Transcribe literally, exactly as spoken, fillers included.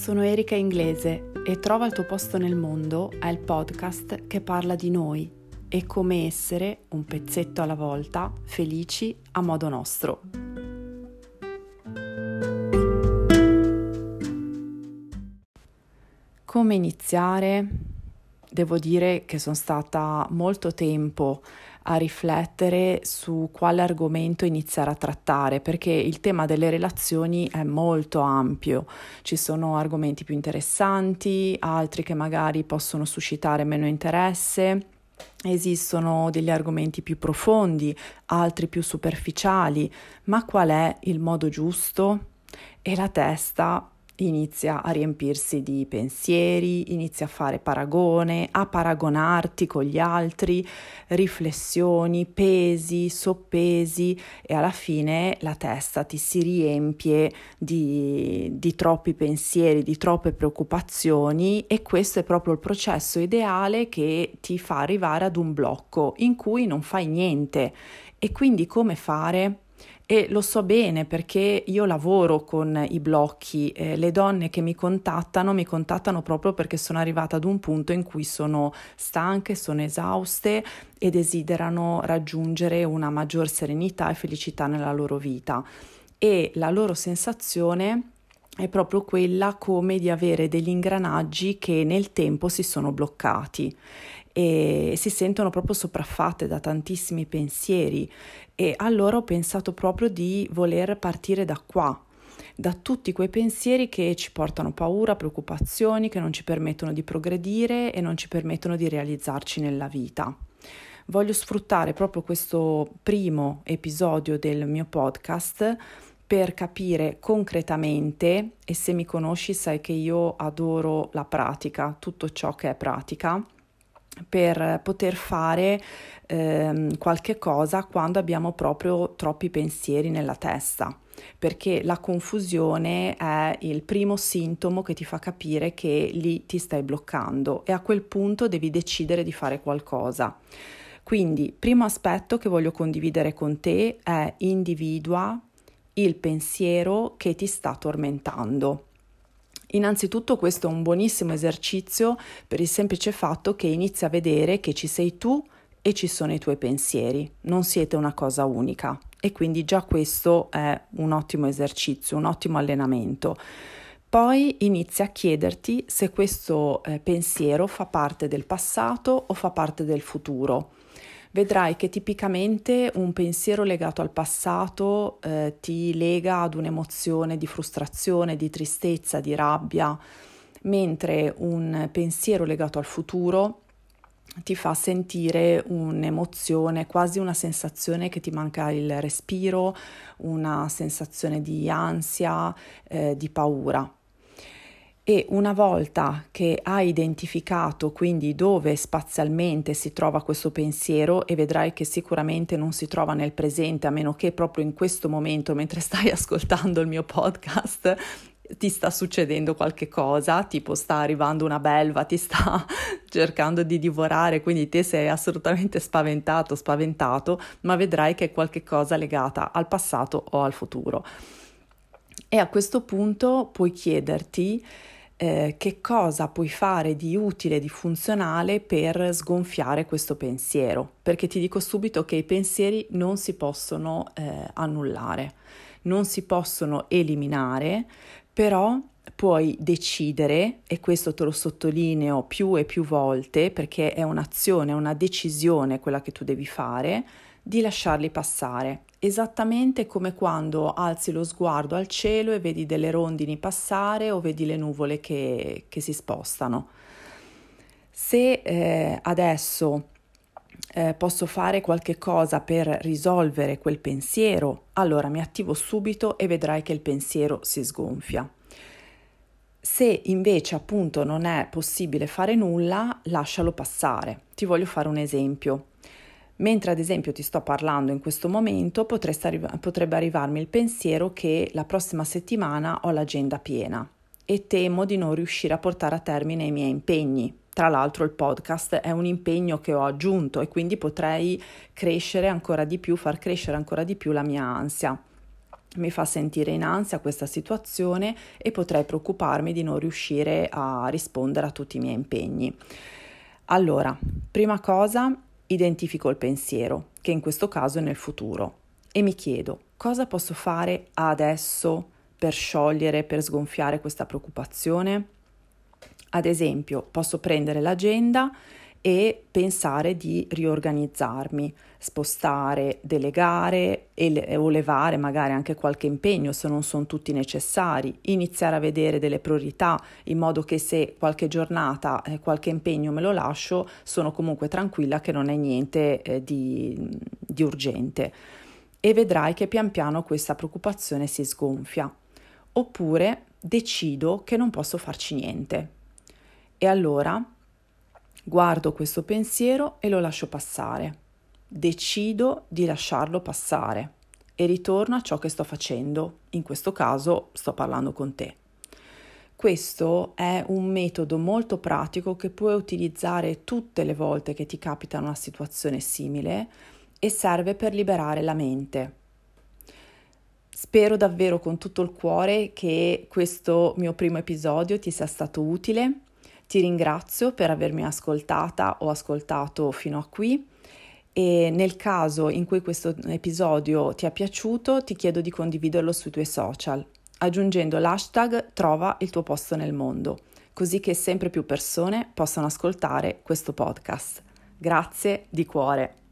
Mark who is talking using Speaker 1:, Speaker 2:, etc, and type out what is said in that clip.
Speaker 1: Sono Erika Inglese e Trova il tuo posto nel mondo è il podcast che parla di noi e come essere, un pezzetto alla volta, felici a modo nostro. Come iniziare? Devo dire che sono stata molto tempo a riflettere su quale argomento iniziare a trattare, perché il tema delle relazioni è molto ampio. Ci sono argomenti più interessanti, altri che magari possono suscitare meno interesse. Esistono degli argomenti più profondi, altri più superficiali, ma qual è il modo giusto? E la testa inizia a riempirsi di pensieri, inizia a fare paragone, a paragonarti con gli altri, riflessioni, pesi, soppesi e alla fine la testa ti si riempie di, di troppi pensieri, di troppe preoccupazioni e questo è proprio il processo ideale che ti fa arrivare ad un blocco in cui non fai niente. E quindi come fare? E lo so bene perché io lavoro con i blocchi, eh, le donne che mi contattano mi contattano proprio perché sono arrivata ad un punto in cui sono stanche, sono esauste e desiderano raggiungere una maggior serenità e felicità nella loro vita. E la loro sensazione è proprio quella come di avere degli ingranaggi che nel tempo si sono bloccati e si sentono proprio sopraffatte da tantissimi pensieri e allora ho pensato proprio di voler partire da qua, da tutti quei pensieri che ci portano paura, preoccupazioni, che non ci permettono di progredire e non ci permettono di realizzarci nella vita. Voglio sfruttare proprio questo primo episodio del mio podcast per capire concretamente, e se mi conosci sai che io adoro la pratica, tutto ciò che è pratica, per poter fare ehm, qualche cosa quando abbiamo proprio troppi pensieri nella testa, perché la confusione è il primo sintomo che ti fa capire che lì ti stai bloccando e a quel punto devi decidere di fare qualcosa. Quindi, primo aspetto che voglio condividere con te è: individua il pensiero che ti sta tormentando. Innanzitutto questo è un buonissimo esercizio per il semplice fatto che inizi a vedere che ci sei tu e ci sono i tuoi pensieri, non siete una cosa unica e quindi già questo è un ottimo esercizio, un ottimo allenamento. Poi inizi a chiederti se questo eh, pensiero fa parte del passato o fa parte del futuro. Vedrai che tipicamente un pensiero legato al passato eh, ti lega ad un'emozione di frustrazione, di tristezza, di rabbia, mentre un pensiero legato al futuro ti fa sentire un'emozione, quasi una sensazione che ti manca il respiro, una sensazione di ansia, eh, di paura. E una volta che hai identificato quindi dove spazialmente si trova questo pensiero, e vedrai che sicuramente non si trova nel presente, a meno che proprio in questo momento, mentre stai ascoltando il mio podcast, ti sta succedendo qualche cosa, tipo sta arrivando una belva, ti sta cercando di divorare, quindi te sei assolutamente spaventato, spaventato, ma vedrai che è qualche cosa legata al passato o al futuro. E a questo punto puoi chiederti Eh, che cosa puoi fare di utile, di funzionale per sgonfiare questo pensiero, perché ti dico subito che i pensieri non si possono eh, annullare, non si possono eliminare, però puoi decidere, e questo te lo sottolineo più e più volte perché è un'azione, una decisione quella che tu devi fare, di lasciarli passare. Esattamente come quando alzi lo sguardo al cielo e vedi delle rondini passare o vedi le nuvole che, che si spostano. Se eh, adesso eh, posso fare qualche cosa per risolvere quel pensiero, allora mi attivo subito e vedrai che il pensiero si sgonfia. Se invece appunto non è possibile fare nulla, lascialo passare. Ti voglio fare un esempio. Mentre ad esempio ti sto parlando in questo momento, arri- potrebbe arrivarmi il pensiero che la prossima settimana ho l'agenda piena e temo di non riuscire a portare a termine i miei impegni. Tra l'altro il podcast è un impegno che ho aggiunto e quindi potrei crescere ancora di più, far crescere ancora di più la mia ansia. mi fa sentire in ansia questa situazione e potrei preoccuparmi di non riuscire a rispondere a tutti i miei impegni. Allora, prima cosa, identifico il pensiero, che in questo caso è nel futuro, e mi chiedo cosa posso fare adesso per sciogliere, per sgonfiare questa preoccupazione. Ad esempio, posso prendere l'agenda e pensare di riorganizzarmi, spostare, delegare e le- o levare magari anche qualche impegno se non sono tutti necessari, iniziare a vedere delle priorità in modo che se qualche giornata, eh, qualche impegno me lo lascio, sono comunque tranquilla che non è niente eh, di, di urgente, e vedrai che pian piano questa preoccupazione si sgonfia. Oppure decido che non posso farci niente e allora guardo questo pensiero e lo lascio passare. Decido di lasciarlo passare e ritorno a ciò che sto facendo. In questo caso sto parlando con te. Questo è un metodo molto pratico che puoi utilizzare tutte le volte che ti capita una situazione simile e serve per liberare la mente. Spero davvero con tutto il cuore che questo mio primo episodio ti sia stato utile. Ti ringrazio per avermi ascoltata o ascoltato fino a qui e nel caso in cui questo episodio ti è piaciuto ti chiedo di condividerlo sui tuoi social, aggiungendo l'hashtag Trova il tuo posto nel mondo, così che sempre più persone possano ascoltare questo podcast. Grazie di cuore.